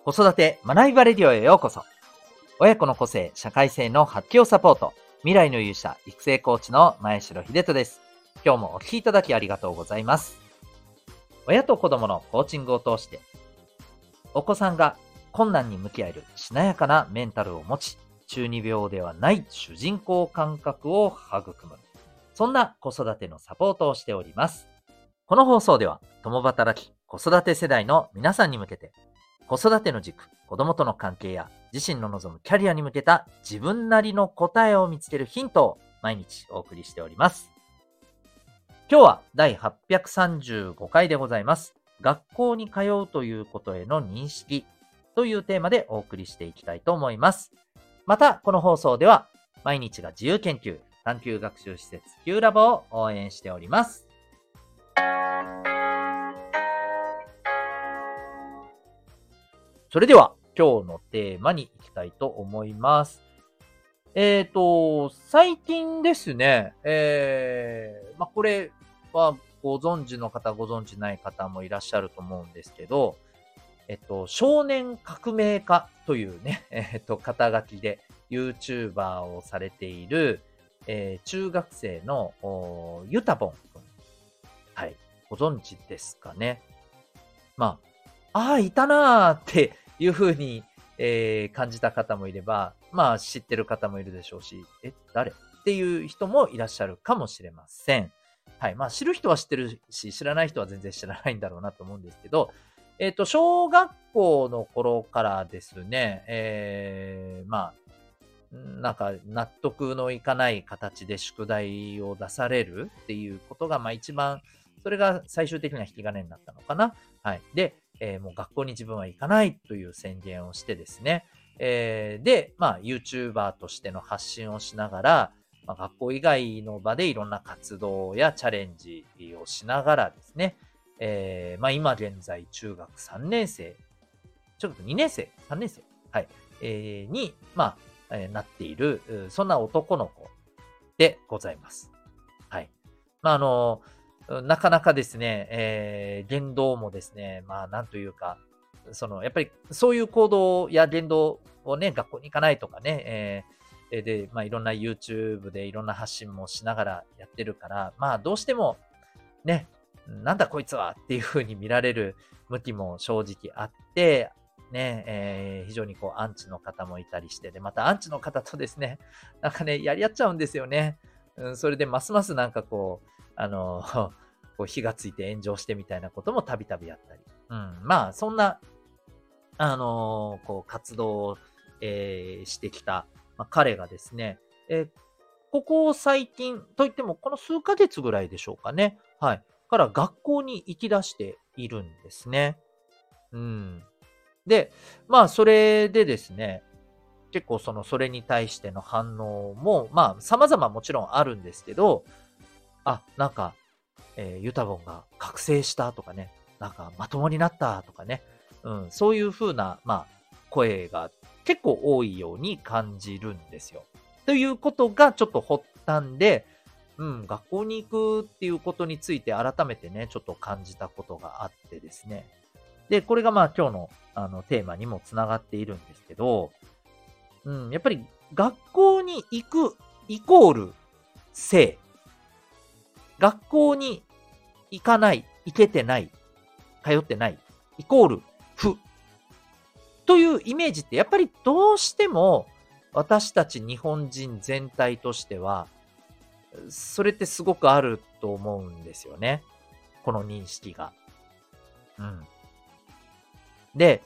子育て学びバレディオへようこそ。親子の個性、社会性の発揮をサポート。未来の勇者、育成コーチの前城秀人です。今日もお聞きいただきありがとうございます。親と子供のコーチングを通して、お子さんが困難に向き合えるしなやかなメンタルを持ち、中二病ではない主人公感覚を育む。そんな子育てのサポートをしております。この放送では、共働き、子育て世代の皆さんに向けて、子育ての軸、子供との関係や自身の望むキャリアに向けた自分なりの答えを見つけるヒントを毎日お送りしております。今日は第835回でございます。学校に通うということへの認識というテーマでお送りしていきたいと思います。また、この放送では毎日が自由研究、探究学習施設 Q ラボを応援しております。それでは今日のテーマに行きたいと思います。最近ですね、これはご存知の方、ご存知ない方もいらっしゃると思うんですけど、少年革命家というね、肩書きで YouTuber をされている、中学生のゆたぼんくん。はい、ご存知ですかね。いたなーっていう風に、感じた方もいれば、知ってる方もいるでしょうし、誰っていう人もいらっしゃるかもしれません。はい。知る人は知ってるし、知らない人は全然知らないんだろうなと思うんですけど、小学校の頃からですね、なんか納得のいかない形で宿題を出されるっていうことが、一番、それが最終的な引き金になったのかな。はい。で、もう学校に自分は行かないという宣言をしてですね。で、YouTuber としての発信をしながら、学校以外の場でいろんな活動やチャレンジをしながらですね、今現在中学3年生、中学2年生、3年生、はい、に、なっている、そんな男の子でございます。はい。なかなかですね、言動もですね、なんというか、やっぱりそういう行動や言動をね、学校に行かないとかね、で、いろんな YouTube でいろんな発信もしながらやってるから、どうしても、ね、なんだこいつはっていう風に見られる向きも正直あって、ね、非常にアンチの方もいたりして、で、またアンチの方とですね、なんかね、やり合っちゃうんですよね。それでますますなんか火がついて炎上してみたいなこともたびたびあったり。そんな、活動を、してきた、彼がですね、ここ最近といっても、この数ヶ月ぐらいでしょうかね。はい。から学校に行き出しているんですね。うん。で、それでですね、結構それに対しての反応も、様々もちろんあるんですけど、なんか、ユタボンが覚醒したとかね、なんかまともになったとかね、そういう風な、声が結構多いように感じるんですよ。ということがちょっと発端で、学校に行くっていうことについて改めてね、ちょっと感じたことがあってですね。で、これが今日のテーマにもつながっているんですけど、やっぱり学校に行くイコール性。学校に行かない、行けてない、通ってない、イコール負というイメージってやっぱりどうしても私たち日本人全体としては、それってすごくあると思うんですよね。この認識が。うん。で、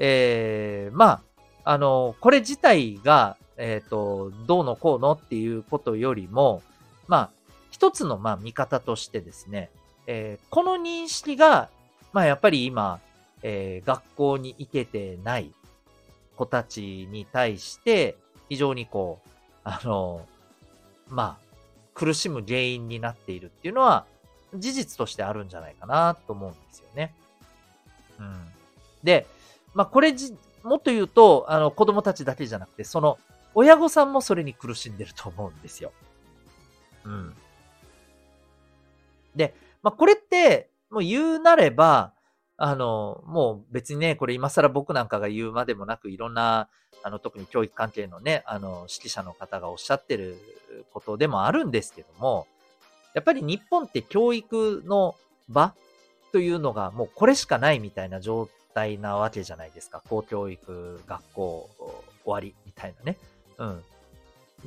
これ自体が、どうのこうのっていうことよりも、一つの、見方としてですね、この認識が、やっぱり今、学校に行けてない子たちに対して、非常にあの、まあ、苦しむ原因になっているっていうのは、事実としてあるんじゃないかなと思うんですよね。うん。で、これもっと言うと、子供たちだけじゃなくて、その親御さんもそれに苦しんでると思うんですよ。うん。で、これって、もう言うなれば、 もう別にね、これ今更僕なんかが言うまでもなく、いろんな、特に教育関係のね、指揮者の方がおっしゃってることでもあるんですけども、やっぱり日本って教育の場というのがもうこれしかないみたいな状態なわけじゃないですか。公教育、学校、終わりみたいなね。うん。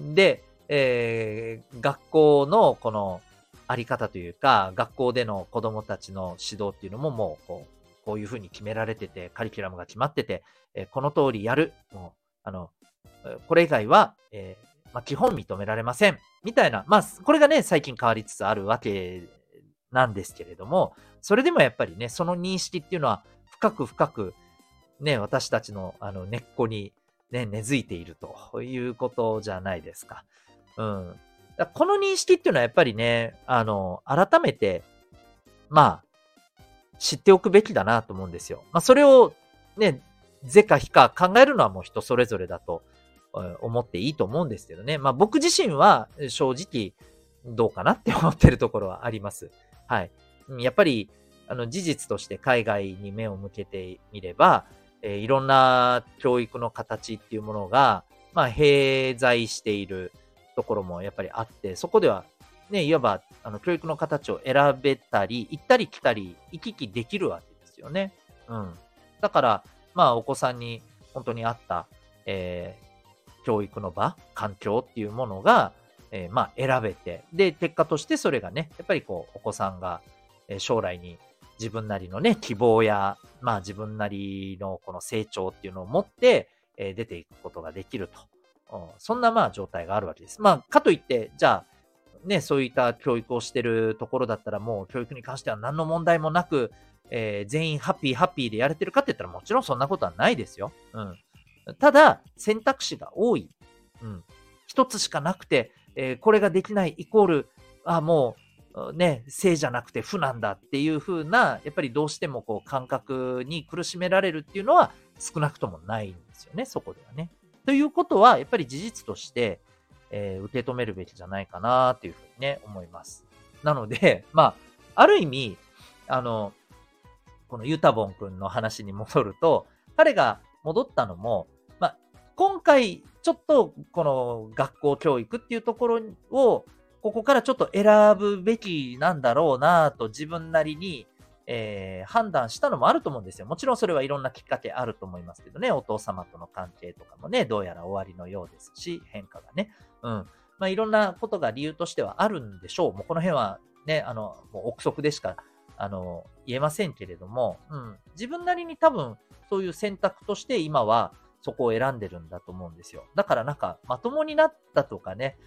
で、学校のこのあり方というか、学校での子供たちの指導っていうのももうこういうふうに決められてて、カリキュラムが決まってて、この通りやる。もう、これ以外は、基本認められません。みたいな、これがね、最近変わりつつあるわけなんですけれども、それでもやっぱりね、その認識っていうのは深く深くね、私たちの根っこにね、根付いているということじゃないですか。うん。この認識っていうのはやっぱりね、改めて、まあ、知っておくべきだなと思うんですよ。それをね、是か非か考えるのはもう人それぞれだと思っていいと思うんですけどね。僕自身は正直どうかなって思ってるところはあります。はい。やっぱり、事実として海外に目を向けてみれば、いろんな教育の形っていうものが、併在しているところもやっぱりあって、そこではね、いわば、教育の形を選べたり、行ったり来たり、行き来できるわけですよね。うん。だから、お子さんに本当に合った、教育の場、環境っていうものが、選べて、で、結果としてそれがね、やっぱりお子さんが、将来に自分なりのね、希望や、自分なりのこの成長っていうのを持って、出ていくことができると。そんな、状態があるわけです。かといって、じゃあ、ね、そういった教育をしてるところだったら、もう教育に関しては何の問題もなく、全員ハッピーハッピーでやれてるかって言ったらもちろんそんなことはないですよ。うん。ただ、選択肢が多い。うん。一つしかなくて、これができないイコール、もう、ね、正じゃなくて負なんだっていう風な、やっぱりどうしても感覚に苦しめられるっていうのは少なくともないんですよね、そこではね。ということは、やっぱり事実として、受け止めるべきじゃないかなっていうふうにね、思います。なので、ある意味、あの、このユタボン君の話に戻ると、彼が戻ったのも、今回ちょっとこの学校教育っていうところを、ここからちょっと選ぶべきなんだろうなと自分なりに、判断したのもあると思うんですよ。もちろんそれはいろんなきっかけあると思いますけどね、お父様との関係とかもね、どうやら終わりのようですし、変化がね。うん。いろんなことが理由としてはあるんでしょう。もうこの辺はね、もう憶測でしか言えませんけれども、うん。自分なりに多分、そういう選択として今はそこを選んでるんだと思うんですよ。だからなんか、まともになったとかね、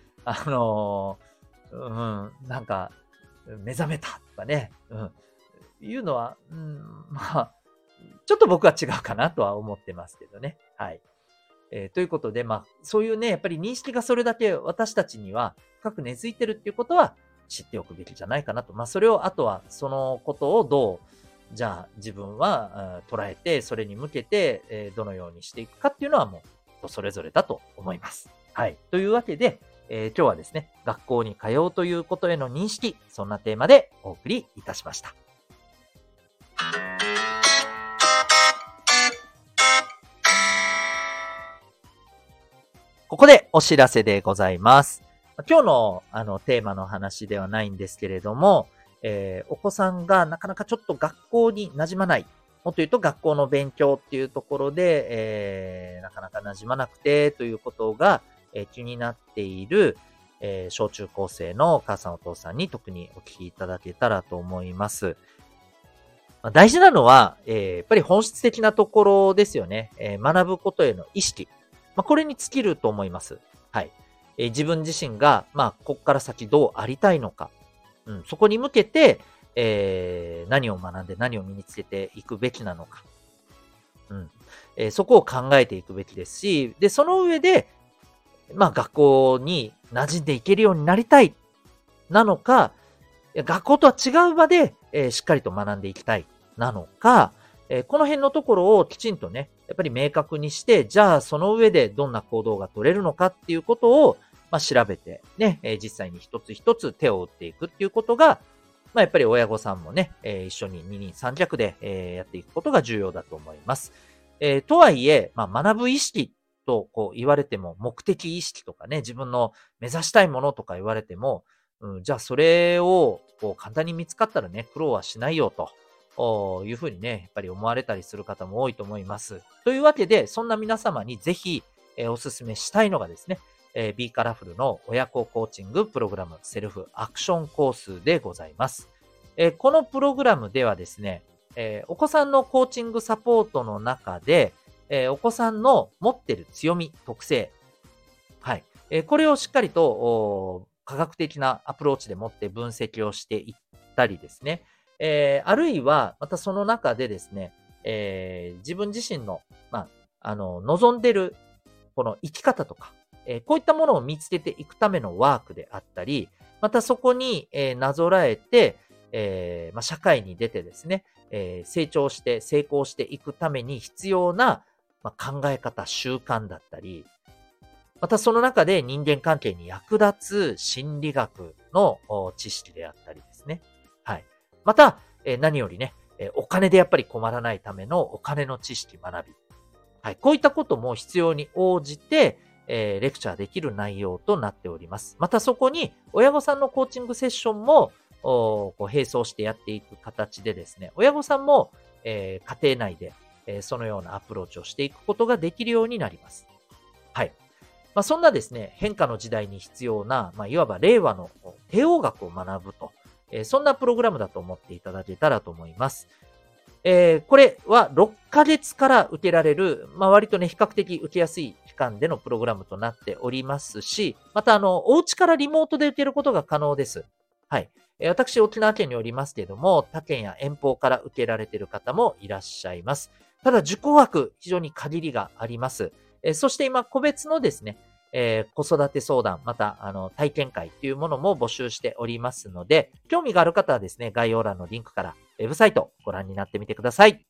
なんか、目覚めたとかね、いうのは、ちょっと僕は違うかなとは思ってますけどね。はい。ということで、そういうね、やっぱり認識がそれだけ私たちには深く根付いてるっていうことは知っておくべきじゃないかなと。それを、あとはそのことをどう、じゃあ自分は捉えて、それに向けて、どのようにしていくかっていうのはもう人それぞれだと思います。はい。というわけで、今日はですね、学校に通うということへの認識、そんなテーマでお送りいたしました。ここでお知らせでございます。今日のテーマの話ではないんですけれども、お子さんがなかなかちょっと学校に馴染まない。もっと言うと学校の勉強っていうところで、なかなか馴染まなくてということが、気になっている、小中高生のお母さんお父さんに特にお聞きいただけたらと思います。大事なのは、やっぱり本質的なところですよね。学ぶことへの意識。これに尽きると思います。はい。自分自身が、こっから先どうありたいのか。うん、そこに向けて、何を学んで何を身につけていくべきなのか。うん。そこを考えていくべきですし、で、その上で、学校に馴染んでいけるようになりたい。なのか、学校とは違う場で、しっかりと学んでいきたい。なのか、この辺のところをきちんとね、やっぱり明確にして、じゃあその上でどんな行動が取れるのかっていうことを、調べてね、実際に一つ一つ手を打っていくっていうことがやっぱり親御さんもね、一緒に二人三脚で、やっていくことが重要だと思います。とはいえ、学ぶ意識とこう言われても、目的意識とかね、自分の目指したいものとか言われても、じゃあそれをこう簡単に見つかったらね、苦労はしないよと。いうふうにね、やっぱり思われたりする方も多いと思います。というわけで、そんな皆様にぜひ、お勧めしたいのがですね、B カラフルの親子コーチングプログラムセルフアクションコースでございます。このプログラムではですね、お子さんのコーチングサポートの中で、お子さんの持ってる強み、特性、はい。これをしっかりと、科学的なアプローチでもって分析をしていったりですね。あるいは、またその中でですね、自分自身の、望んでる、この生き方とか、こういったものを見つけていくためのワークであったり、またそこに、なぞらえて、社会に出てですね、成長して成功していくために必要な、考え方、習慣だったり、またその中で人間関係に役立つ心理学の知識であったりですね。はい。また、何よりね、お金でやっぱり困らないためのお金の知識学び。はい。こういったことも必要に応じて、レクチャーできる内容となっております。またそこに親御さんのコーチングセッションも、こう並走してやっていく形でですね、親御さんも、家庭内で、そのようなアプローチをしていくことができるようになります。はい。そんなですね、変化の時代に必要な、いわば令和の帝王学を学ぶと、そんなプログラムだと思っていただけたらと思います。これは6ヶ月から受けられる、割とね、比較的受けやすい期間でのプログラムとなっておりますし、またお家からリモートで受けることが可能です。はい。私、沖縄県におりますけれども、他県や遠方から受けられている方もいらっしゃいます。ただ、受講枠、非常に限りがあります。そして今、個別のですね、子育て相談、また、体験会というものも募集しておりますので、興味がある方はですね、概要欄のリンクからウェブサイトご覧になってみてください。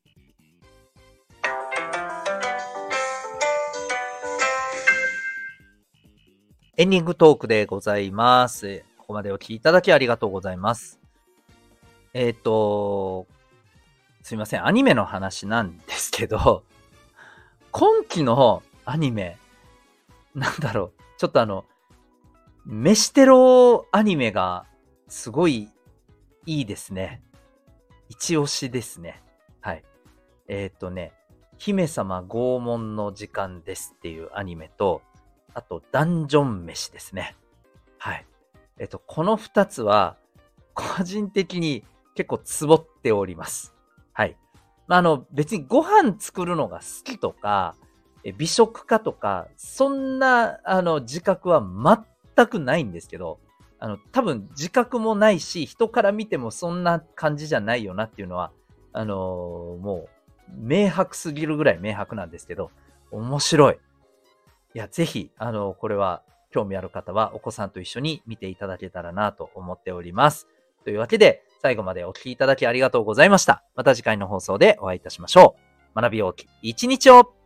エンディングトークでございます。ここまでお聞きいただきありがとうございます。えっと、すいません。アニメの話なんですけど、今期のアニメ、なんだろう、ちょっと飯テロアニメがすごいいいですね。一押しですね。はい。姫様拷問の時間ですっていうアニメと、あと、ダンジョン飯ですね。はい。この二つは、個人的に結構ツボっております。はい。別にご飯作るのが好きとか、美食家とか、そんな、自覚は全くないんですけど、多分自覚もないし、人から見てもそんな感じじゃないよなっていうのは、もう、明白すぎるぐらい明白なんですけど、面白い。いや、ぜひ、これは興味ある方はお子さんと一緒に見ていただけたらなと思っております。というわけで、最後までお聞きいただきありがとうございました。また次回の放送でお会いいたしましょう。学び大きい一日を